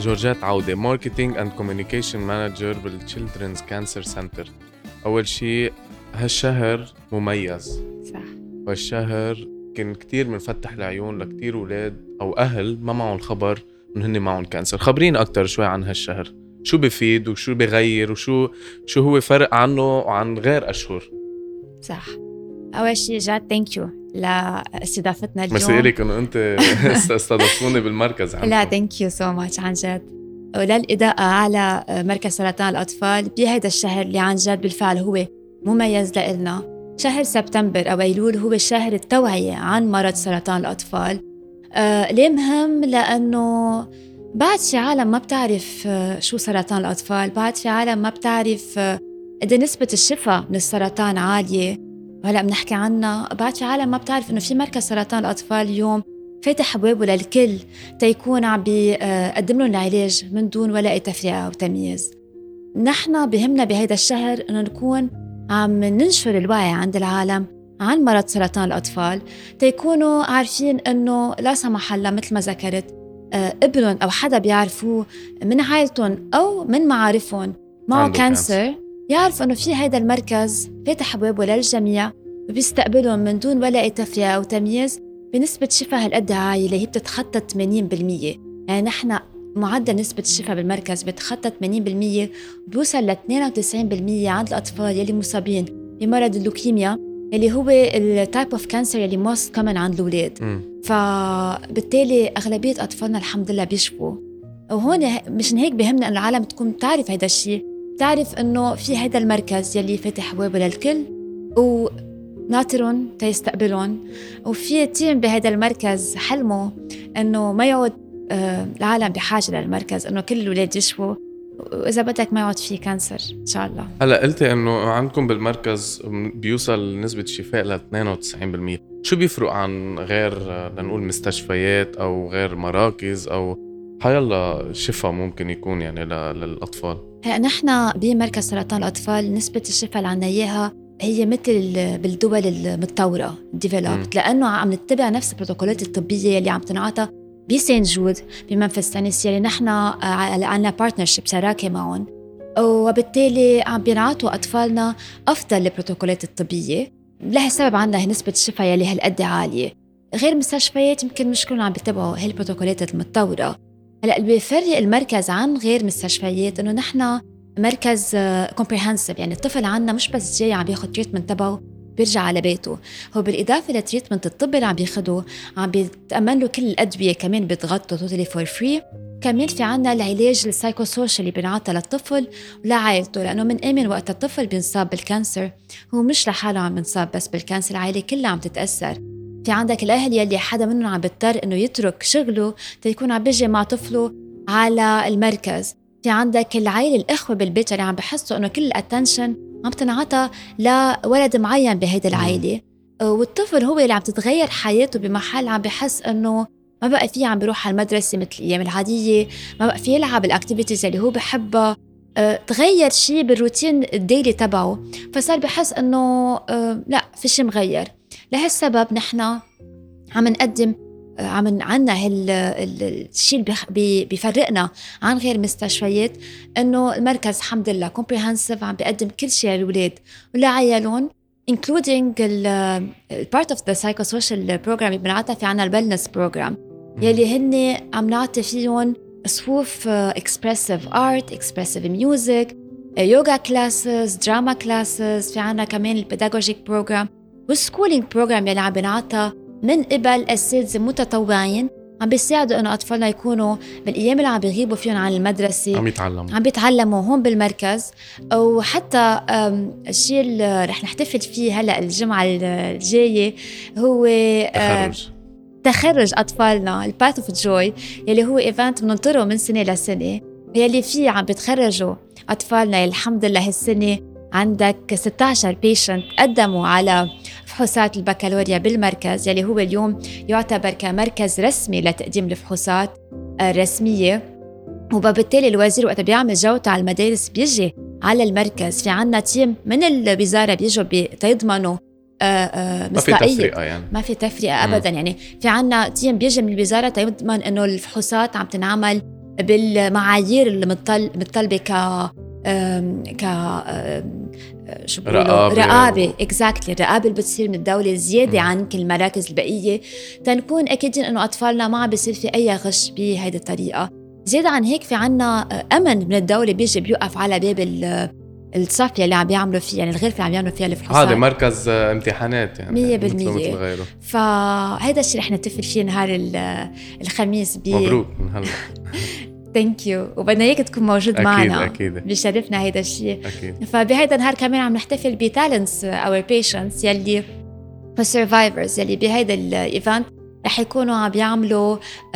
جورجات عودة ماركتينج اند كوميونيكيشن مانجر بالتشيلدرنز كانسر سنتر. أول شيء هالشهر مميز، صح. والشهر كان كتير منفتح العيون لكتير أولاد أو أهل ما معهم الخبر إنه هن معهم كانسر. خبرين أكتر شوي عن هالشهر، شو بفيد وشو بغير وشو هو فرق عنه وعن غير أشهر. صح. أول شيء جاد ثانك يو لاستضافتنا اليوم. مسي إليك إنه أنت استضفتوني بالمركز عندكم. لا ثانك يو سو ماتش عن جد، وللإضاءة على مركز سرطان الأطفال بهذا الشهر اللي عن جد بالفعل هو مميز لإلنا. شهر سبتمبر أو أيلول هو شهر التوعية عن مرض سرطان الأطفال. ليه مهم؟ لأنه بعد في عالم ما بتعرف شو سرطان الأطفال، بعد في عالم ما بتعرف قد نسبة الشفاء من السرطان عالية، وهلأ بنحكي عنها. بعد في عالم ما بتعرف إنه في مركز سرطان الأطفال اليوم فاتح أبوابه للكل تيكون عم بيقدم لهم العلاج من دون ولا أي تفرقة أو تمييز. نحن بهمنا بهذا الشهر إنه نكون عم ننشر الوعي عند العالم عن مرض سرطان الأطفال، تيكونوا عارفين إنه لا سمح الله مثل ما ذكرت ابنهم أو حدا بيعرفوه من عائلتهم أو من معارفهم معه كانسر، يعرف إنه في هذا المركز فاتح أبوابه للجميع وبيستقبلهم من دون ولا أي تفرقة أو تمييز بنسبة شفاء هالقد عالية اللي هي بتتخطى 80%. يعني نحن معدل نسبة الشفاء بالمركز بتخطى 80%، بيوصل ل 92% عند الأطفال يلي مصابين بمرض اللوكيميا اللي هو التايب اوف كانسر يلي موست كمان عند الأولاد. فبالتالي أغلبية أطفالنا الحمد لله بيشفوا. وهون مشان هيك بهمنا أن العالم تكون تعرف هذا الشيء، تعرف أنه في هذا المركز يلي فتح أبوابه للكل وناطرون تيستقبلون، وفي تيم بهذا المركز حلمه أنه ما يعود العالم بحاجة للمركز، أنه كل الأولاد يشفوا، وإذا بدك ما يعود فيه كانسر إن شاء الله. هلأ قلتي أنه عندكم بالمركز بيوصل نسبة الشفاء ل 92%. شو بيفرق عن غير لنقول مستشفيات أو غير مراكز أو حيالله شفاء ممكن يكون يعني للأطفال؟ نحن بمركز سرطان الأطفال نسبة الشفاء اللي عنا إياها هي مثل بالدول المتطورة developed، لأنه عم نتبع نفس البروتوكولات الطبية اللي عم تنعطى بسين جود بمنفس تينيسي اللي نحن عنا بارتنرشيب شراكة معهم، وبالتالي عم بينعطوا أطفالنا أفضل البروتوكولات الطبية. لهالسبب عنا نسبة الشفاء يلي هالقد عالية. غير مستشفيات يمكن مش كلهم عم بيتبعوا هالبروتوكولات المتطورة. هلأ اللي بيفرق المركز عن غير مستشفيات إنه نحن مركز comprehensive، يعني الطفل عنا مش بس جاي عم بياخد تريتمنت تبعه بيرجع على بيته، هو بالإضافة للتريتمنت الطبي اللي عم بياخده عم بيتأمن له كل الأدوية كمان بتغطوا توتالي فور فري. كمان في عنا العلاج السايكوسوشيال اللي بينعطى للطفل ولعائلته، لأنه من آمن وقت الطفل بينصاب بالكانسر هو مش لحاله عم بينصاب بس بالكانسر، العائلة كلها عم تتأثر. في عندك الأهل يلي حدا منهم عم بيضطر إنه يترك شغله تيكون عم بيجي مع طفله على المركز. في عندك العائلة الأخوة بالبيت اللي عم بحسوا إنه كل الاتنشن عم تنعطى لولد معين بهيدا العائلة، والطفل هو اللي عم تتغير حياته بمحل عم بحس إنه ما بقى فيه عم بيروح على المدرسة مثل الأيام العادية، ما بقى فيه يلعب الأكتيفيتيز اللي هو بحبها، تغير شيء بالروتين الديلي تبعه، فصار بحس إنه لا في شيء مغير. لهالسبب نحن عم نقدم عنا الشيء اللي بيفرقنا عن غير مستشفيات إنه المركز الحمد لله comprehensive، عم بيقدم كل شيء للولاد ولعيالهم including part of the psychosocial program اللي بنعطي في عنا wellness program يلي هن عم نعطي فيهم صفوف expressive art, expressive music, yoga classes, drama classes. في عنا كمان pedagogic program والschooling program يلي عم بنعطى من قبل الأساتذة متطوعين عم بيساعدوا إنه أطفالنا يكونوا بالأيام اللي عم بيغيبوا فيهم عن المدرسة عم بيتعلموا هون بالمركز. وحتى الشيء اللي رح نحتفل فيه هلأ الجمعة الجاية هو تخرج أطفالنا الباث اوف جوي يلي هو إيفنت بننطره من سنة لسنة، يلي فيه عم بتخرجوا أطفالنا. الحمد لله هالسنة عندك 16 بيشنت قدموا على فحوصات البكالوريا بالمركز يلي هو اليوم يعتبر كمركز رسمي لتقديم الفحوصات الرسمية. وبالتالي الوزير وقت بيعمل جولته على المدارس بيجي على المركز. في عنا تيم من الوزارة بيجوا بيضمنوا مصداقية، يعني ما في تفرقة أبدا. يعني في عنا تيم بيجي من الوزارة يضمن إنه الفحوصات عم تنعمل بالمعايير اللي متطلبة ك شو بيقولوا رقابة exactly الرقابة اللي بتصير من الدولة زيادة عن كل المراكز البقية، تنكون أكيدين إنه أطفالنا ما بيصير في أي غش بهيدي الطريقة. زيادة عن هيك في عنا أمن من الدولة بيجي بيوقف على باب الصف اللي عم بيعملوا فيه، يعني الغرفة اللي عم بيعملوا فيها الفحوصات. هذا مركز امتحانات يعني 100%. فهذا الشيء رح نتفق فيه نهار الخميس. مبروك من هلا. ثانك يو، وبدنا اياك تكون موجود معنا. اكيد بيشرفنا هيدا الشيء. اكيد. فبهيدا النهار كمان عم نحتفل بتالنتس اور بيشنتس يلي السرفايفرز يلي بهيدا الايفنت رح يكونوا عم بيعملوا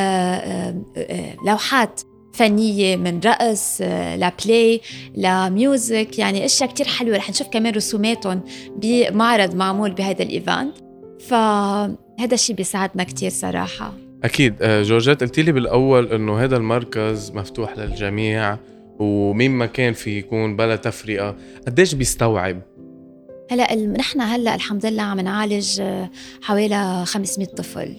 لوحات فنية من رقص لبلاي لميوزك، يعني اشياء كتير حلوة. رح نشوف كمان رسوماتهم بمعرض معمول بهيدا الايفنت، فهذا الشيء بيساعدنا كتير صراحة. أكيد. جورجيت قلتي لي بالأول إنه هذا المركز مفتوح للجميع ومين ما كان في يكون بلا تفرقة. قديش بيستوعب؟ هلأ نحن هلأ الحمد لله عم نعالج حوالي 500 طفل،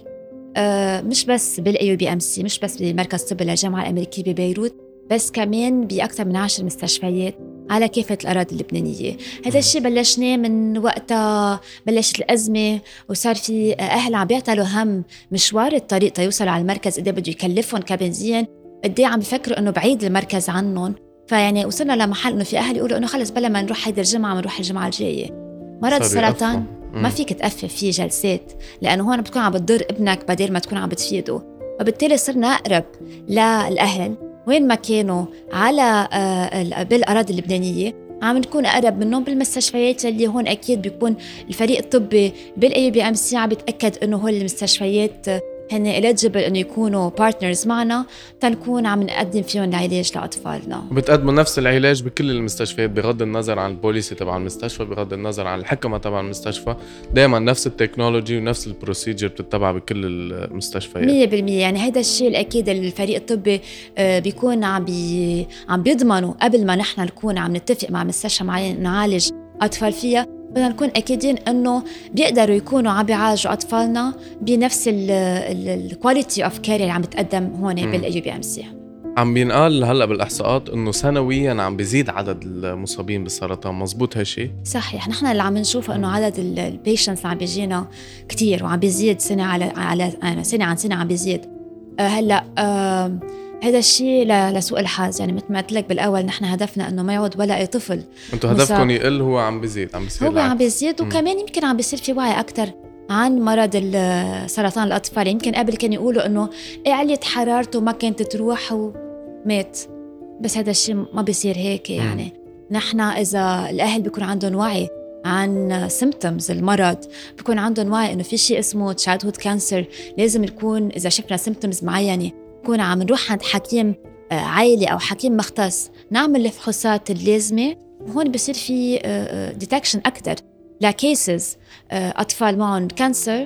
مش بس بالAUBMC، مش بس بمركز طبي للجامعة الأمريكية ببيروت، بس كمان بأكثر من 10 مستشفيات على كافة الأراضي اللبنانية. هذا الشيء بلشناه من وقتها بلشت الأزمة، وصار في أهل عم بيعتلوا هم مشوار الطريق تيوصلوا على المركز، قد بده يكلفهم كبنزين، قد عم بفكروا إنه بعيد المركز عنهم. فيعني وصلنا لمحل إنه في أهل يقولوا إنه خلص بلا ما نروح هيدا الجمعة بنروح الجمعة الجاية. مرض السرطان ما فيك تقفل فيه جلسات، لأنه هون بتكون عم بتضر ابنك بدل ما تكون عم بتفيده، وبالتالي صرنا أقرب للأهل وين ما كانوا على بالأراضي اللبنانية. عم نكون أقرب منهم بالمستشفيات اللي هون أكيد بيكون الفريق الطبي بالAUBMC عم بيتأكد إنه هول المستشفيات هن eligible إنه يكونوا partners معنا، تنكون عم نقدم فيهم العلاج لأطفالنا. بتقدموا نفس العلاج بكل المستشفيات بغض النظر عن البوليسي تبع المستشفى، بغض النظر عن الحكمة تبع المستشفى، دائما نفس التكنولوجي ونفس البروسيجر بتتبع بكل المستشفيات 100%. يعني هيدا الشيء الأكيد الفريق الطبي بيكون عم بيضمنوا قبل ما نحن نكون عم نتفق مع مستشفى معين نعالج أطفال فيها، بدنا نكون أكيدين إنه بيقدروا يكونوا عم بيعالجوا أطفالنا بنفس الكواليتي أوف كير اللي عم بتقدم هون بالAUBMC. عم بينقال هلأ بالإحصاءات إنه سنوياً عم بيزيد عدد المصابين بالسرطان، مظبوط هالشي؟ صحيح. نحن اللي عم نشوفه إنه عدد البيشنتس اللي عم بيجينا كتير وعم بيزيد سنة على سنة عن سنة عم بيزيد. هلأ هذا الشيء لسوء الحظ، يعني مثل ما قلت لك بالأول نحن هدفنا إنه ما يعود ولا أي طفل. أنتوا هدفكم يقل، هو عم بيزيد، هو عم بيزيد. وكمان يمكن عم بيصير في وعي أكتر عن مرض سرطان الأطفال. يمكن قبل كانوا يقولوا إنه عليت حرارته ما كانت تروح ومات، بس هذا الشيء ما بيصير هيك. يعني نحن إذا الأهل بيكون عندهم وعي عن symptoms المرض، بيكون عندهم وعي إنه في شيء اسمه childhood cancer، لازم نكون إذا شفنا symptoms معينة نكون عم نروح عند حكيم عائلي أو حكيم مختص نعمل الفحوصات اللازمة، وهون بصير في detection أكتر لكيسز أطفال معهم كانسر،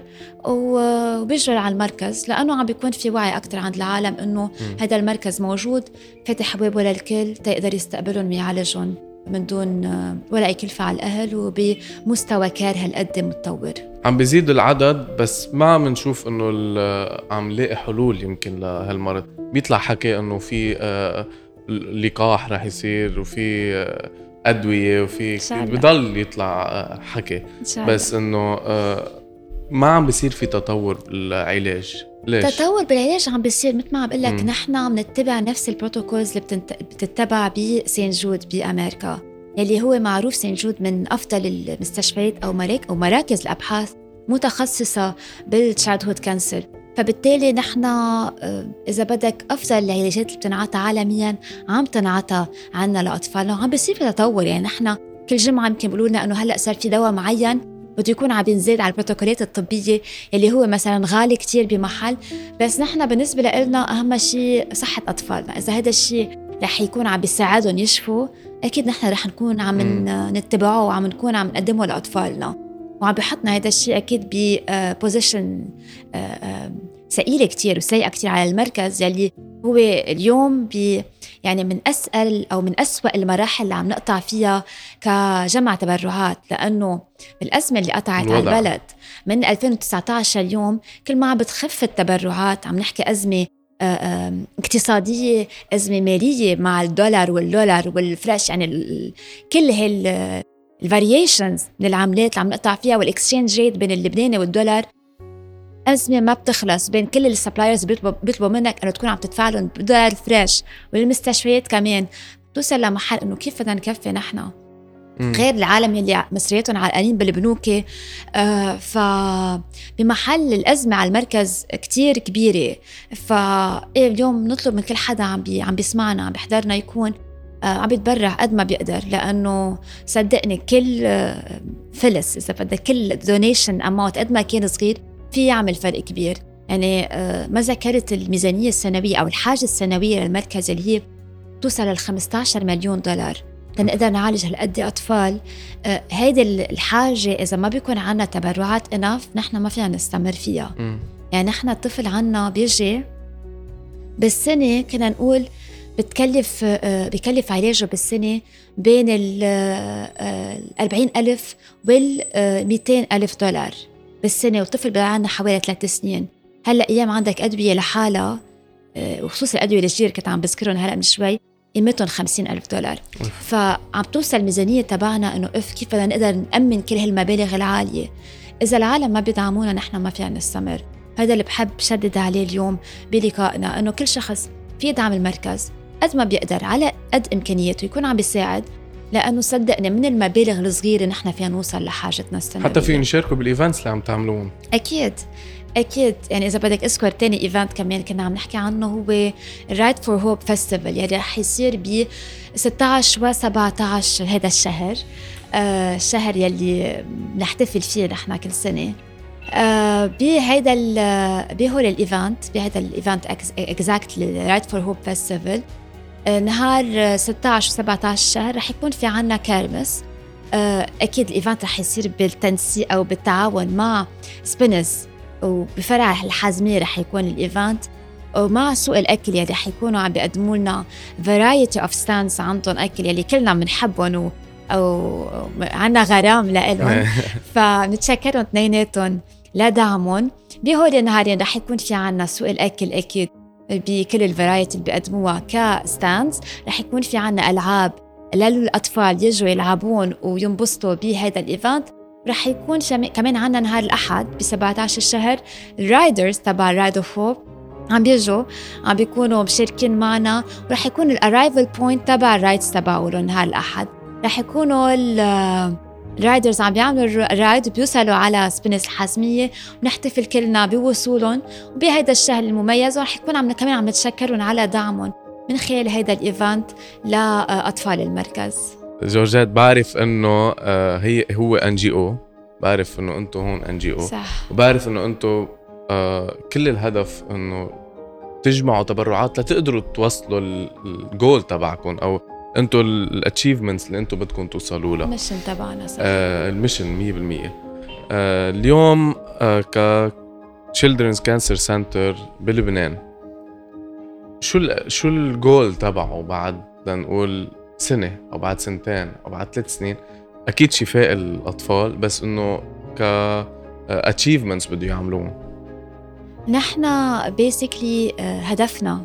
وبيجروا على المركز لأنه عم بيكون في وعي أكتر عند العالم إنه هذا المركز موجود فاتح أبوابه للكل تقدر يستقبلهم ويعالجهم من دون ولا أي كلفة على الأهل وبمستوى كار هالقد متطور. عم بيزيد العدد، بس ما عم نشوف إنه عم لاقي حلول يمكن لهالمرض. بيطلع حكي إنه في لقاح رح يصير وفي أدوية وفي بضل يطلع حكي، بس إنه ما عم بيصير في تطور بالعلاج. ليش؟ تطور بالعلاج عم بيصير مثل ما عم بقول لك، نحن عم نتبع نفس البروتوكولز اللي بتتبع بسين جود بأمريكا، يلي هو معروف سين جود من أفضل المستشفيات أو مراكز الأبحاث متخصصة بالتشايلدهود كانسر. فبالتالي نحن إذا بدك أفضل العلاجات اللي بتنعطى عالمياً عم تنعطى عنا لأطفالنا، وعم بيصير في تطور. يعني نحن كل جمعة يمكن بيقولوا لنا إنه هلأ صار في دواء معين بده يكون عم بينزيد على البروتوكولات الطبية اللي هو مثلاً غالي كتير بمحل، بس نحن بالنسبة لنا أهم شيء صحة أطفالنا. إذا هذا الشيء رح يكون عم بيساعدهم يشفوا، أكيد نحن رح نكون عم نتبعه وعم نكون عم نقدمه لأطفالنا، وعم بحطنا هذا الشيء أكيد ببوزيشن ثقيلة كتير وسيئة كتير على المركز، يلي هو اليوم يعني من أسأل أو من أسوأ المراحل اللي عم نقطع فيها كجمع تبرعات، لأنه الأزمة اللي قطعت على البلد من 2019 اليوم كل ما عم بتخف التبرعات، عم نحكي أزمة اقتصادية، أزمة مالية مع الدولار والفلاش، يعني كل الفاريشنز من العملات اللي عم نقطع فيها والإكسشينج ريت بين اللبناني والدولار، أزمة ما بتخلص بين كل السبلايرز بيطلبوا منك أنه تكون عم تدفع لهم بدولار فريش، والمستشفيات كمان توصل لمحل أنه كيف بدنا نكفي نحن غير العالم اللي مصرياتهم عالقانين بالبنوك. فبمحل الأزمة على المركز كتير كبيرة. فاليوم نطلب من كل حدا عم بيسمعنا عم بيحضرنا يكون عم بيتبرع قد ما بيقدر، لأنه صدقني كل فلس إذا بدك كل دونيشن أماوت قد ما كان صغير في يعمل فرق كبير. يعني ما ذكرت الميزانية السنوية أو الحاجة السنوية للمركز اللي هي توصل $15 مليون لنقدر نعالج هالقد أطفال. هيدي الحاجة إذا ما بيكون عنا تبرعات إناف نحن ما فينا نستمر فيها. يعني نحن الطفل عنا بيجي بالسنة كنا نقول بكلف علاجه بالسنة بين $40,000 $200,000 بالسنة، والطفل بقى عنا حوالي 3 سنين. هلأ أيام عندك أدوية لحالة وخصوصا الأدوية الجديدة كنت عم بذكرهم هلأ من شوي قيمتهم $50,000. فعم توصل الميزانية تبعنا إنه كيف بدنا نقدر نأمن كل هالمبالغ العالية. إذا العالم ما بيدعمونا نحن ما فينا نستمر. هذا اللي بحب شدد عليه اليوم بلقائنا، إنه كل شخص في يدعم المركز قد ما بيقدر على قد إمكانياته يكون عم بيساعد، لأنه صدقني من المبالغ الصغيرة نحن فينا نوصل لحاجتنا السنوية. حتى في نشاركوا بالإيفنتس اللي عم تعملون. أكيد يعني إذا بدك أذكر تاني إيفنت كمان كنا عم نحكي عنه هو Ride for Hope Festival، يعني رح يصير ب 16 و17 هذا الشهر، الشهر يلي نحتفل فيه نحن كل سنة. بهول الإيفنت exactly Ride for Hope Festival نهار 16 و17 شهر رح يكون في عنا كرمس. أكيد الإيفنت رح يصير بالتنسيق أو بالتعاون مع سبينز، وبفرع الحازمية رح يكون الإيفنت، ومع سوق الأكل يلي رح يكونوا عم بيقدموا لنا variety of stands عندهم أكل يلي كلنا بنحبهم أو عنا غرام لإلهم. فنتشكرهم اثنيناتهم لدعمهم. بهول النهارين رح يكون في عنا سوق الأكل أكيد بكل الفرايتي اللي بيقدموها كستاندز. رح يكون في عنا ألعاب للأطفال يجوا يلعبون وينبسطوا بهذا الإيفنت. رح يكون كمان عنا نهار الأحد ب17 الشهر الرايدرز تبع رايد اوف هوب عم بيجوا عم بيكونوا مشاركين معنا، ورح يكون الأرايفل بوينت تبع الرايدز تبعولهم نهار الأحد. رح يكونوا الرايدرز عم بيعملوا الرايد بيوصلوا على سبينس الحازمية ونحتفل كلنا بوصولهم وبهيدا الشهر المميز. ورح يكون كمان عم نتشكرهم على دعمهم من خلال هيدا الإيفنت لأطفال المركز. جورجيت بعرف انه هو NGO، بعرف انه انتو هون NGO صح، وبعرف انه انتو كل الهدف انه تجمعوا تبرعات لتقدروا توصلوا الجول تبعكم او انتو الاتشيفمنتس اللي انتو بدكم توصلوا لها. الميشن تبعنا صح. الميشن 100%. اليوم ك Children's Cancer Center بلبنان شو الجول تبعه بعد لنقول سنة أو بعد سنتين أو بعد 3 سنين؟ أكيد شفاء الأطفال، بس إنه achievements بده يعملون. نحن basically هدفنا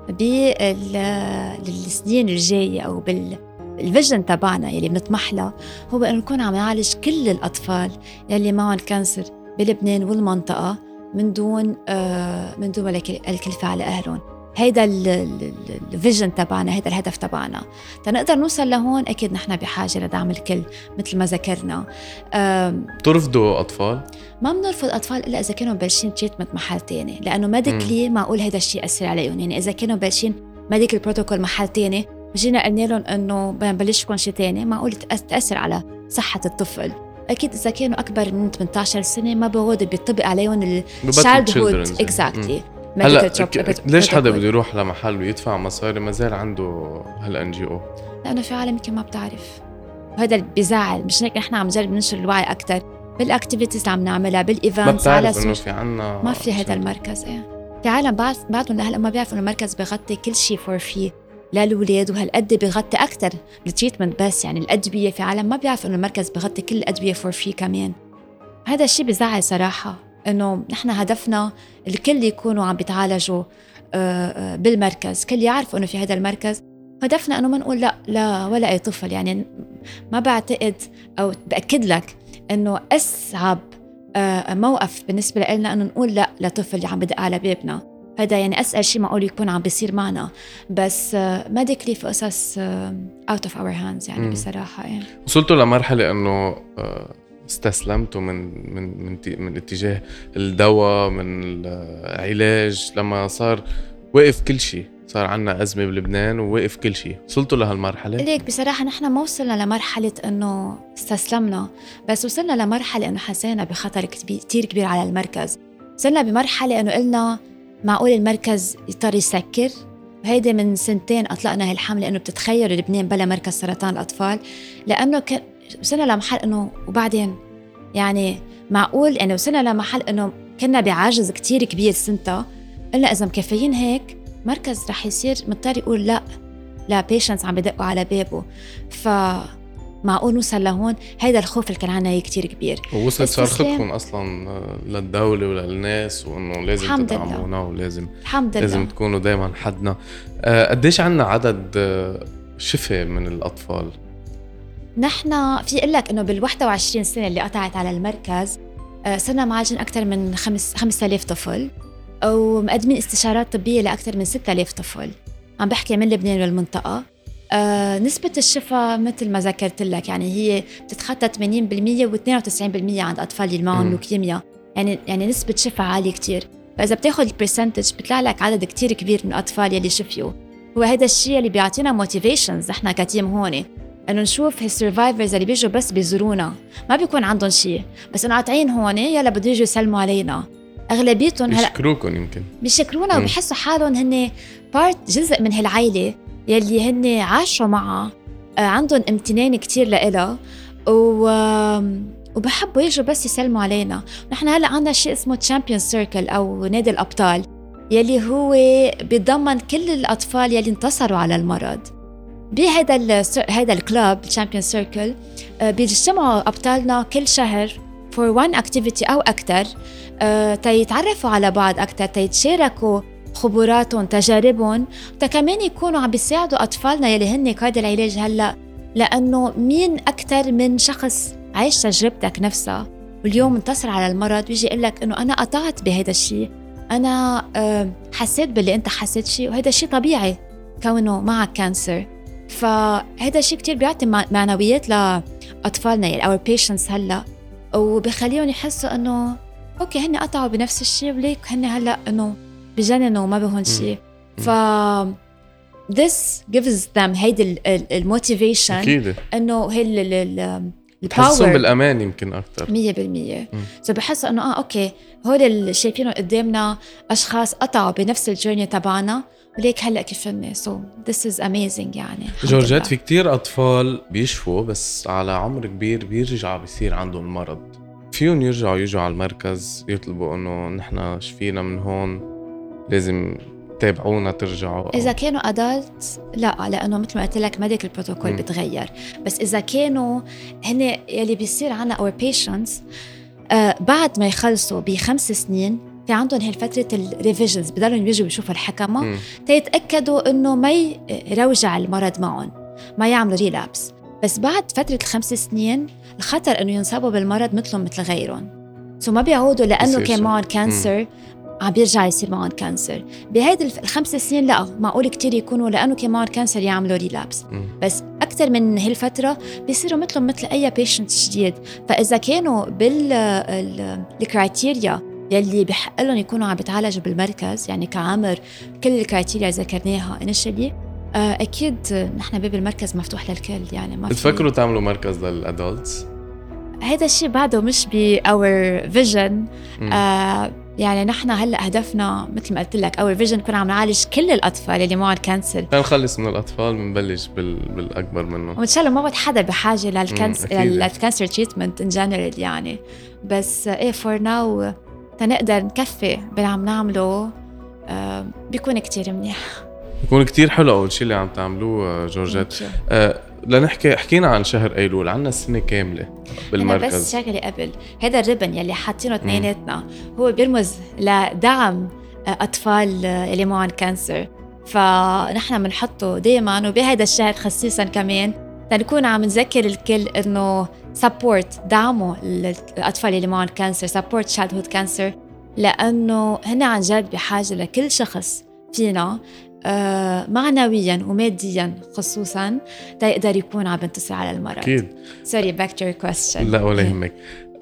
بالسنين الجاية أو بالفيجن تبعنا يلي بنطمح له هو أن نكون عم نعالج كل الأطفال يلي معهم كانسر بلبنان والمنطقة من دون الكلفة على أهلهم. هيدا الفيجن تبعنا، هيدا الهدف تبعنا. تنقدر نوصل لهون أكيد نحن بحاجة لدعم الكل مثل ما ذكرنا. ترفضوا أطفال؟ ما بنرفض أطفال إلا إذا كانوا بلشين تريتمنت محل تاني، لأنه ميديكلي ما أقول هيدا الشيء أثر عليهم. يعني إذا كانوا بلشين ميديكال بروتوكول محل تاني وجينا قلنا لهم إنه بنبلشكم شيء تاني ما أقول تأثر على صحة الطفل. أكيد إذا كانوا أكبر من 18 سنة ما بغود بيطبق عليهم الشايلدهود exactly. هلا ليش حدا بده يروح لمحل ويدفع مصاري ما زال عنده هالNGO؟ لأنه في عالم يمكن ما بتعرف، وهذا اللي بيزعل. مش هيك نحن عم نجرب ننشر الوعي أكتر بالاكتيفيتيز اللي عم نعملها بالايفنتس على إنه في عنا ما في هذا المركز. في عالم بعدهم لهلا ما بيعرفوا إنه المركز بيغطي كل شيء فور فري للولاد، وهالقد بيغطي أكتر التريتمنت بس. يعني الأدوية في عالم ما بيعرفوا إنه المركز بيغطي كل الأدوية فور فري كمان. هذا الشيء بيزعل صراحة، إنه نحن هدفنا الكل يكونوا عم بيتعالجوا بالمركز، كل يعرف إنه في هذا المركز. هدفنا إنه ما نقول لا ولا أي طفل. يعني ما بعتقد أو بأكد لك إنه أصعب موقف بالنسبة لنا إنه نقول لا لطفل اللي عم بدق على بابنا. هذا يعني أسأل شيء معقول يكون عم بيصير معنا، بس medically في قصص out of our hands يعني بصراحة. يعني وصلتوا لمرحلة إنه استسلمتوا من اتجاه الدواء، من العلاج، لما صار وقف كل شيء، صار عنا أزمة بلبنان ووقف كل شيء، وصلتوا لهالمرحلة؟ ليك بصراحة نحن ما وصلنا لمرحلة إنه استسلمنا، بس وصلنا لمرحلة إنه حسينا بخطر كتير كبير على المركز. وصلنا بمرحلة إنه قلنا معقول المركز يضطر يسكر. وهيدا من 2 أطلقنا هالحملة إنه بتتخيلوا لبنان بلا مركز سرطان الأطفال، لأنه وصلنا لمحل إنه وبعدين يعني معقول يعني وصلنا لمحل إنه كنا بعاجز كتير كبير سنتا. قلنا إذا مكفيين هيك مركز رح يصير مضطر يقول لا بيشنتس عم بدقوا على بابه. فمعقول نوصل لهون. هيدا الخوف اللي كان عنا كتير كبير. ووصلت صار خطكم أصلا للدولة وللناس، وإنه لازم تدعمونا ولازم لازم تكونوا دايما حدنا. قديش عنا عدد شفى من الأطفال؟ نحن في قلك إنه بال21 سنة اللي قطعت على المركز صرنا معالجين أكثر من 5000 طفل، ومقدمين استشارات طبية لأكثر من 6000 طفل. عم بحكي من لبنان والمنطقة. نسبة الشفاء مثل ما ذكرت لك يعني هي بتتخطى 80% و92% عند أطفال اللي معهم لوكيميا. يعني نسبة شفاء عالية كتير. فإذا بتاخد البرسنتج بيطلع لك عدد كتير كبير من الأطفال يلي شفيوا. هو هذا الشيء اللي بيعطينا موتيفيشنز احنا كتيم هون، إنه نشوف السرفايفرز اللي بيجوا بس بيزورونا ما بيكون عندهم شيء، بس إنه قاطعين هون يلا بده يجوا يسلموا علينا. أغلبيتهم بيشكروكم، يمكن بيشكرونا وبيحسوا حالهم هن بارت جزء من هالعائلة يلي هن عاشوا معها، عندهم امتنان كتير لإلها وبحبوا يجوا بس يسلموا علينا. نحن هلأ عندنا شيء اسمه Champion Circle أو نادي الأبطال، يلي هو بيضمن كل الأطفال يلي انتصروا على المرض. بهذا الكلاب Champion Circle بيجتمعوا أبطالنا كل شهر for one activity أو أكتر، تيتعرفوا على بعض أكتر، تيتشاركوا خبراتهم تجاربهم، كمان يكونوا عم بيساعدوا أطفالنا يلي هن قيد العلاج هلأ. لأنه مين أكتر من شخص عايش تجربتك نفسها واليوم انتصر على المرض ويجي يقول لك إنه أنا قطعت بهذا الشيء، أنا حسيت باللي أنت حسيت شيء، وهذا الشيء طبيعي كونه معك كانسر. فهذا الشيء كتير بيعطي معنويات لأطفالنا يعني our patients هلأ، وبخليهم يحسوا إنه أوكي هن قطعوا بنفس الشيء وليك هن هلأ إنه بجننوا وما بهون شيء. this gives them هيدا الموتيفيشن إنه هي تحسهم بالأمان يمكن أكتر 100%. بحسوا إنه أوكي هول اللي شايفينه قدامنا أشخاص قطعوا بنفس الجيرني تبعنا وليك هلأ كيف هن. so this is amazing. يعني جورجيت في كتير أطفال بيشفوا بس على عمر كبير بيرجع بيصير عندهم المرض، فيهم يجوا على المركز يطلبوا إنه نحن شفينا من هون لازم تابعونا ترجعوا؟ إذا كانوا أدلت لا، لأنه مثل ما قلت لك ميديكال بروتوكول بتغير. بس إذا كانوا هن يلي بيصير عنا our patients بعد ما يخلصوا ب5 سنين في عندهم هالفترة الريفيجنز، بدلهم يجوا يشوفوا الحكمة تيتأكدوا إنه ما يروجع المرض معهم، ما يعملوا ريلابس. بس بعد فترة 5 سنين الخطر إنه ينصابوا بالمرض مثلهم مثل غيرهم، ما بيعودوا لأنه كان معهم كانسر عم بيرجع يصير معهم كانسر. بهيدا 5 سنين لا معقول كتير يكونوا لأنه كان معهم كانسر يعملوا ريلابس، بس أكتر من هالفترة بيصيروا مثلهم مثل أي بيشنت جديد. فإذا كانوا بالكرايتيريا يلي بحق لهم يكونوا عم بيتعالجوا بالمركز يعني كعمر كل الكرايتيريا ذكرناها إنشالي، أكيد نحن باب المركز مفتوح للكل. يعني ما بتفكروا تعملوا مركز للأدولتس؟ هذا الشيء بعده مش our vision. يعني نحن هلأ هدفنا مثل ما قلت لك our vision كنا عم نعالج كل الأطفال اللي معهم كانسر، نخلص من الأطفال بنبلش بالأكبر منهم، وإن شاء الله ما حدا بحاجة للكانسر تريتمنت in general يعني. بس for now تنقدر نكفي باللي عم نعمله بيكون كتير منيح، بيكون كتير حلو. أول شيء اللي عم تعملوه جورجيت حكينا عن شهر أيلول، عنا سنة كاملة بالمركز. أنا بس شغلي قبل هذا الربن يلي حاطينه اثنيناتنا هو بيرمز لدعم أطفال اللي معهم كانسر. فنحن بنحطه دايما، وبهذا الشهر خصيصا كمان تنكون عم نذكر الكل إنه سبورت، دعموا الأطفال اللي معهم كانسر، سبورت childhood كانسر، لأنه هن عن جد بحاجة لكل شخص فينا معنويا وماديا خصوصا تيقدر يكون عم ينتصر على المرض. أكيد. Sorry, back to your question. لا ولا يهمك.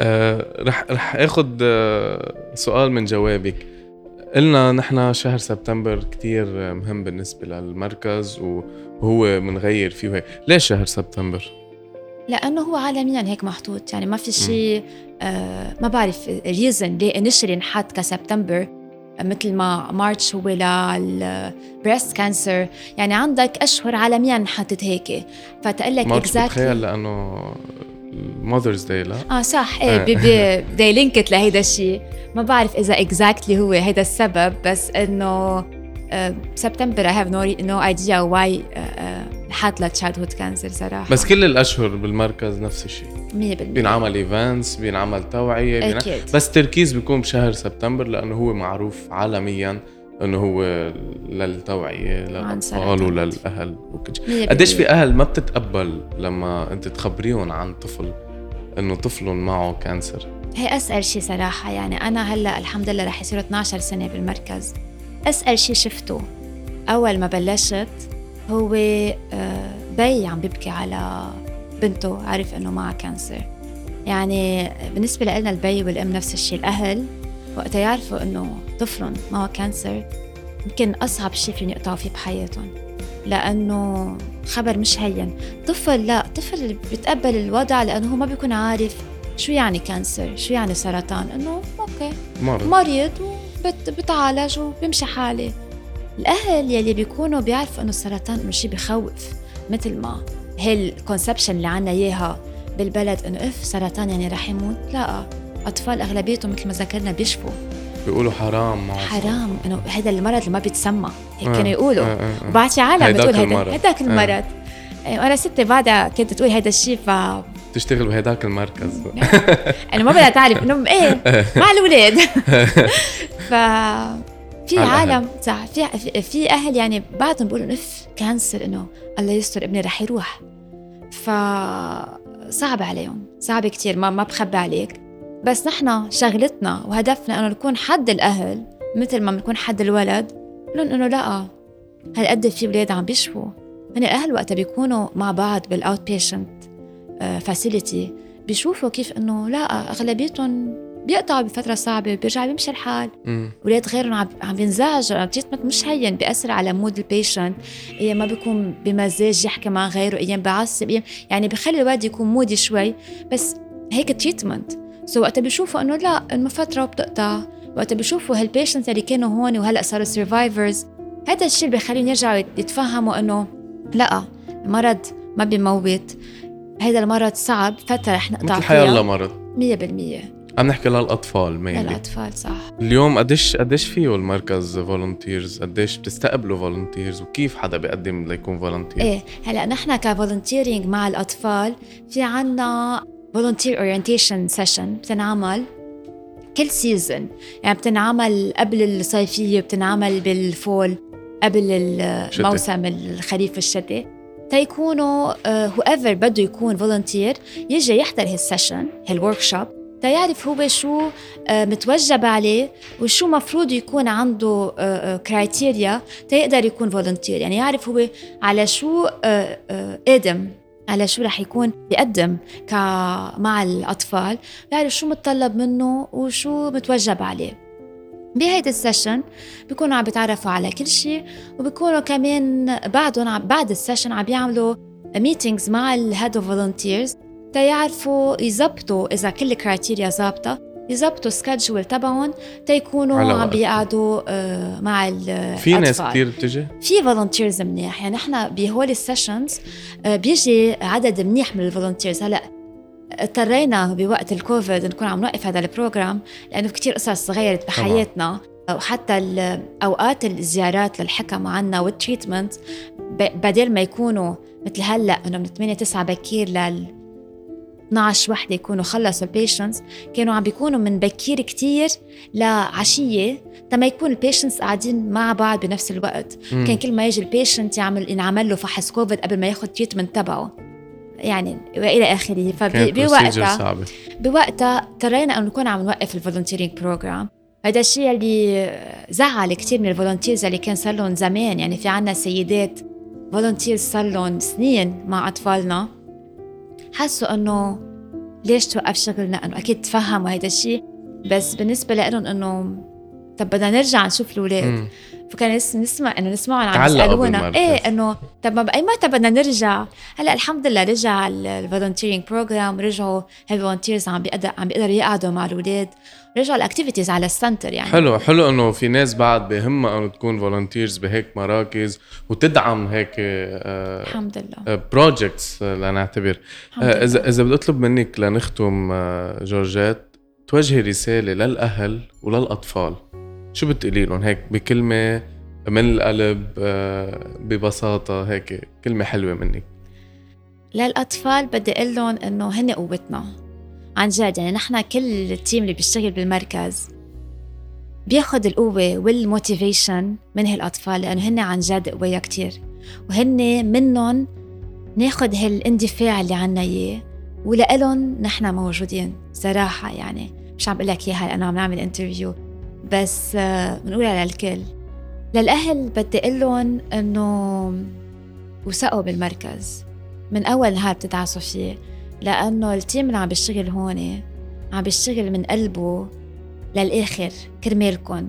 رح أخذ سؤال من جوابك. قلنا نحن شهر سبتمبر كتير مهم بالنسبة للمركز وهو منغير فيه. ليش شهر سبتمبر؟ لأنه هو عالميا هيك محطوط، يعني ما في شيء ما بعرف ريزن ليه initially نحط كسبتمبر، مثل ما مارتش هو للبريست كانسر. يعني عندك أشهر عالميا نحطت هيك، فتقلك مارتش exactly. بتخيل لأنه ماذرز داي. لا صح، ايه بدي لينكت لهيدا الشيء. ما بعرف إذا exactly هو هيدا السبب، بس إنه سبتمبر I have no idea why حاط لتشايلدهود كانسر صراحة. بس كل الأشهر بالمركز نفس الشيء، 100% بينعمل ايفنتس، بينعمل توعية، بس التركيز بيكون بشهر سبتمبر لأنه هو معروف عالميا أنه هو للتوعية للأطفال وللأهل وكل شيء. قديش في أهل ما بتتقبل لما أنت تخبريهم عن طفل أنه طفلهم معه كانسر؟ هي أسأل شيء صراحة. يعني أنا هلأ الحمد لله رح يصير 12 سنة بالمركز. أسأل شيء شفته أول ما بلشت هو بي عم بيبكي على بنته، عارف إنه معها كانسر. يعني بالنسبة لنا البي والأم نفس الشيء. الأهل وقت يعرفوا إنه طفلهم معه كانسر يمكن أصعب شيء فين يقطعوا فيه بحياتهم، لأنه خبر مش هين. طفل بيتقبل الوضع لأنه هو ما بيكون عارف شو يعني كانسر، شو يعني سرطان، إنه أوكي مريض وبتعالج وبيمشي حالي. الأهل يلي بيكونوا بيعرفوا إنه السرطان إنه شيء بخوف، مثل ما هالكونسبشن اللي عنا إياها بالبلد إنه سرطان يعني رح يموت. لا، أطفال أغلبيتهم مثل ما ذكرنا بيشفوا، بيقولوا حرام إنه هذا المرض اللي ما بيتسمى هيك كانوا يقولوا. وبعد في عالم بتقول هيداك المرض. وأنا ستي بعدها كنت تقول هيدا الشيء تشتغل بهداك المركز. أنا ما بدها تعرف إنه مع الأولاد. في عالم صح، في أهل يعني بعضهم بيقولوا كانسر إنه الله يستر ابني رح يروح. فصعب عليهم، صعب كتير، ما بخبي عليك. بس نحن شغلتنا وهدفنا إنه نكون حد الأهل مثل ما بنكون حد الولد، لأن إنه لا هالقد في ولاد عم بيشفوا. من الأهل وقت بيكونوا مع بعض بالأوت بيشنت فاسيليتي بيشوفوا كيف إنه لا أغلبيتهم بيقطعوا بفترة صعبة وبيرجع بيمشي الحال. ولاد غيرهم عم بينزعج، التريتمنت مش هين، بيأثر على مود البيشنت. أيام ما بيكون بمزاج يحكي مع غيره، أيام بعصب، يعني بيخلي الواد يكون مودي شوي. بس هيك تريتمنت. وقت بيشوفوا إنه لا إنه فترة وبتقطع، وقت بيشوفوا هالبيشنت اللي كانوا هون وهلأ صاروا سيرفايفرز، هذا الشيء بيخليهم يرجعوا يتفهموا إنه لا، المرض ما بيموت، هذا المرض صعب، فترة رح نقطع فيها. مثل حيالله مرض 100%. عم نحكي للأطفال ميلي. للأطفال صح. اليوم قديش فيه المركز فولنتيرز؟ قديش بتستقبلوا فولنتيرز؟ وكيف حدا بيقدم ليكون فولنتير؟ هلأ نحن كفولنتيرينج مع الأطفال في عنا volunteer orientation session بتنعمل كل سيزن. يعني بتنعمل قبل الصيفية، بتنعمل بالفول قبل الموسم الخريف الشتاء، تيكونوا whoever بده يكون volunteer يجي يحضر هالسيشن هالوركشوب تيعرف هو شو متوجب عليه وشو مفروض يكون عنده كرايتيريا تيقدر يكون فولنتير. يعني يعرف هو على شو قادم، على شو رح يكون بيقدم مع الأطفال، يعرف شو متطلب منه وشو متوجب عليه. بهيدا السيشن بيكونوا عم بيتعرفوا على كل شيء، وبيكونوا كمان بعد السيشن عم بيعملوا meetings مع الهيد اوف فولنتيرز تيعرفوا يزبطوا إذا كل كرايتيريا زابطة، يزبطوا سكادجول تبعهم تيكونوا عم بيقعدوا مع الأطفال. في ناس كتير بتجي، في فولنتيرز منيح. يعني نحن بهول السيشنز بيجي عدد منيح من الفولنتيرز. هلأ اضطرينا بوقت الكوفيد نكون عم نوقف هذا البروجرام لأنه كتير قصص غيرت بحياتنا، وحتى أوقات الزيارات للحكم عنا والتريتمنت بدل ما يكونوا مثل هلأ إنه من 8-9 بكير 12 وحدة يكونوا خلصوا البيشنتس، كانوا عم بيكونوا من بكير كتير لعشية تما يكون البيشنتس قاعدين مع بعض بنفس الوقت. كان كل ما يجي البيشنت ينعمل له فحص كوفيد قبل ما ياخد تريتمنت تبعه يعني وإلى آخره. بوقتها اضطرينا أن نكون عم نوقف الفولنتيرينج بروجرام. هذا الشيء اللي زعل كتير من الفولنتيرز اللي كان صار لهم زمان. يعني في عنا سيدات فولنتيرز صار لهم سنين مع أطفالنا، حسوا أنه ليش توقف شغلنا، أنه أكيد تفهموا هذا الشيء، بس بالنسبة لهم أنه طب بدنا نرجع نشوف الأولاد. فكان نسمعهم عم يسألونا إيه أنه طب أي متى بدنا نرجع. هلأ الحمد لله رجع الفولنتيرينج بروجرام، رجعوا الفولنتيرز عم بيقدروا يقعدوا مع الأولاد، رجعوا الأكتيفيتيز على السنتر. يعني حلو أنه في ناس بعد بهمها أنه تكون فولنتيرز بهيك مراكز وتدعم هيك الحمد لله بروجكتس لنعتبر. إذا بدي أطلب منك لنختم جورجيت توجهي رسالة للأهل وللأطفال، شو بتقولي لهم هيك بكلمة من القلب ببساطة، هيك كلمة حلوة منك؟ للأطفال بدي أقول لهم إنه هن قوتنا عن جد. يعني نحن كل التيم اللي بيشتغل بالمركز بياخد القوة والموتيفيشن من هالأطفال، لأنه هن عن جد قوية كتير، وهن منهم ناخد هالاندفاع اللي عنا إياه، ولقلن نحن موجودين صراحة. يعني مش عم بقلك إياها لأنه عم نعمل انترفيو، بس بنقولها للكل. للأهل بدي أقلن إنه وثقوا بالمركز من أول نهار بتدعسوا فيه، لأنه التيم اللي عم بيشتغل هون عم بيشتغل من قلبه للآخر كرمالكن.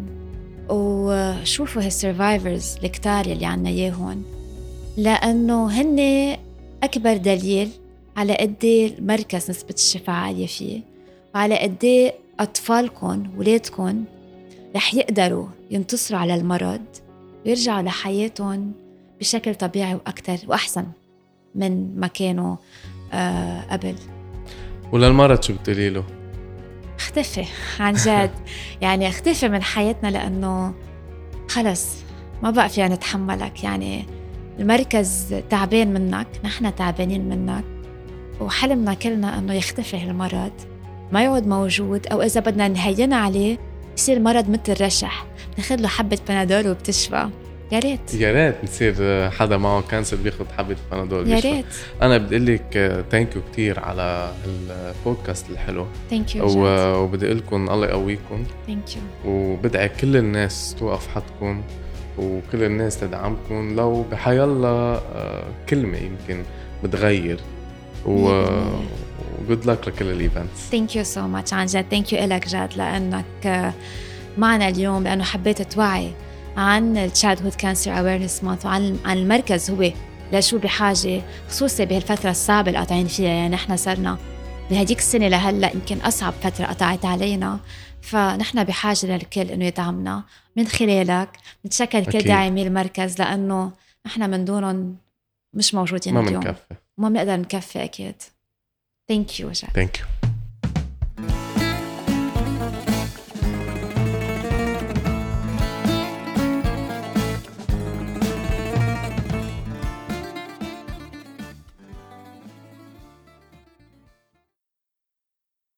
وشوفوا هالسرفايفرز الكتار اللي عنا إياهن، لأنه هن أكبر دليل على قد المركز نسبة الشفاء عالية فيه، وعلى قد أطفالكن ولادكن رح يقدروا ينتصروا على المرض ويرجعوا لحياتهم بشكل طبيعي وأكتر وأحسن من ما كانوا قبل. وللمرض شو بتقولي له؟ اختفي عن جد. يعني اختفي من حياتنا، لأنه خلص ما بقى فيها نتحملك. يعني المركز تعبان منك، نحن تعبانين منك، وحلمنا كلنا أنه يختفي هالمرض، ما يعود موجود، أو إذا بدنا نهينا عليه يصير مرض مثل رشح ناخد له حبة بنادول وبتشفى. يا ريت نصير حدا معه كانسر بياخد حبة بنادول يا ريت. أنا بدي أقول لك ثانك يو كتير على البودكاست الحلو. ثانك يو وبدي أقول لكم الله يقويكم. ثانك يو. وبدعي كل الناس توقف حدكم وكل الناس تدعمكم لو بحي الله كلمة يمكن بتغير. good luck لكل الايفنتس. thank you so much عن جد. thank you إلك جد لأنك معنا اليوم، لأنه حبيت توعي عن childhood cancer awareness month وعن المركز هو لشو بحاجة، خصوصي بهالفترة الصعبة اللي قطعين فيها. يعني نحن صرنا بهديك السنة لهلأ يمكن أصعب فترة قطعت علينا، فنحن بحاجة للكل إنه يدعمنا من خلالك. نتشكر كل داعمي المركز، لأنه نحن من دونهم مش موجودين اليوم، ما بنقدر نكفي أكيد. Thank you. Thank you.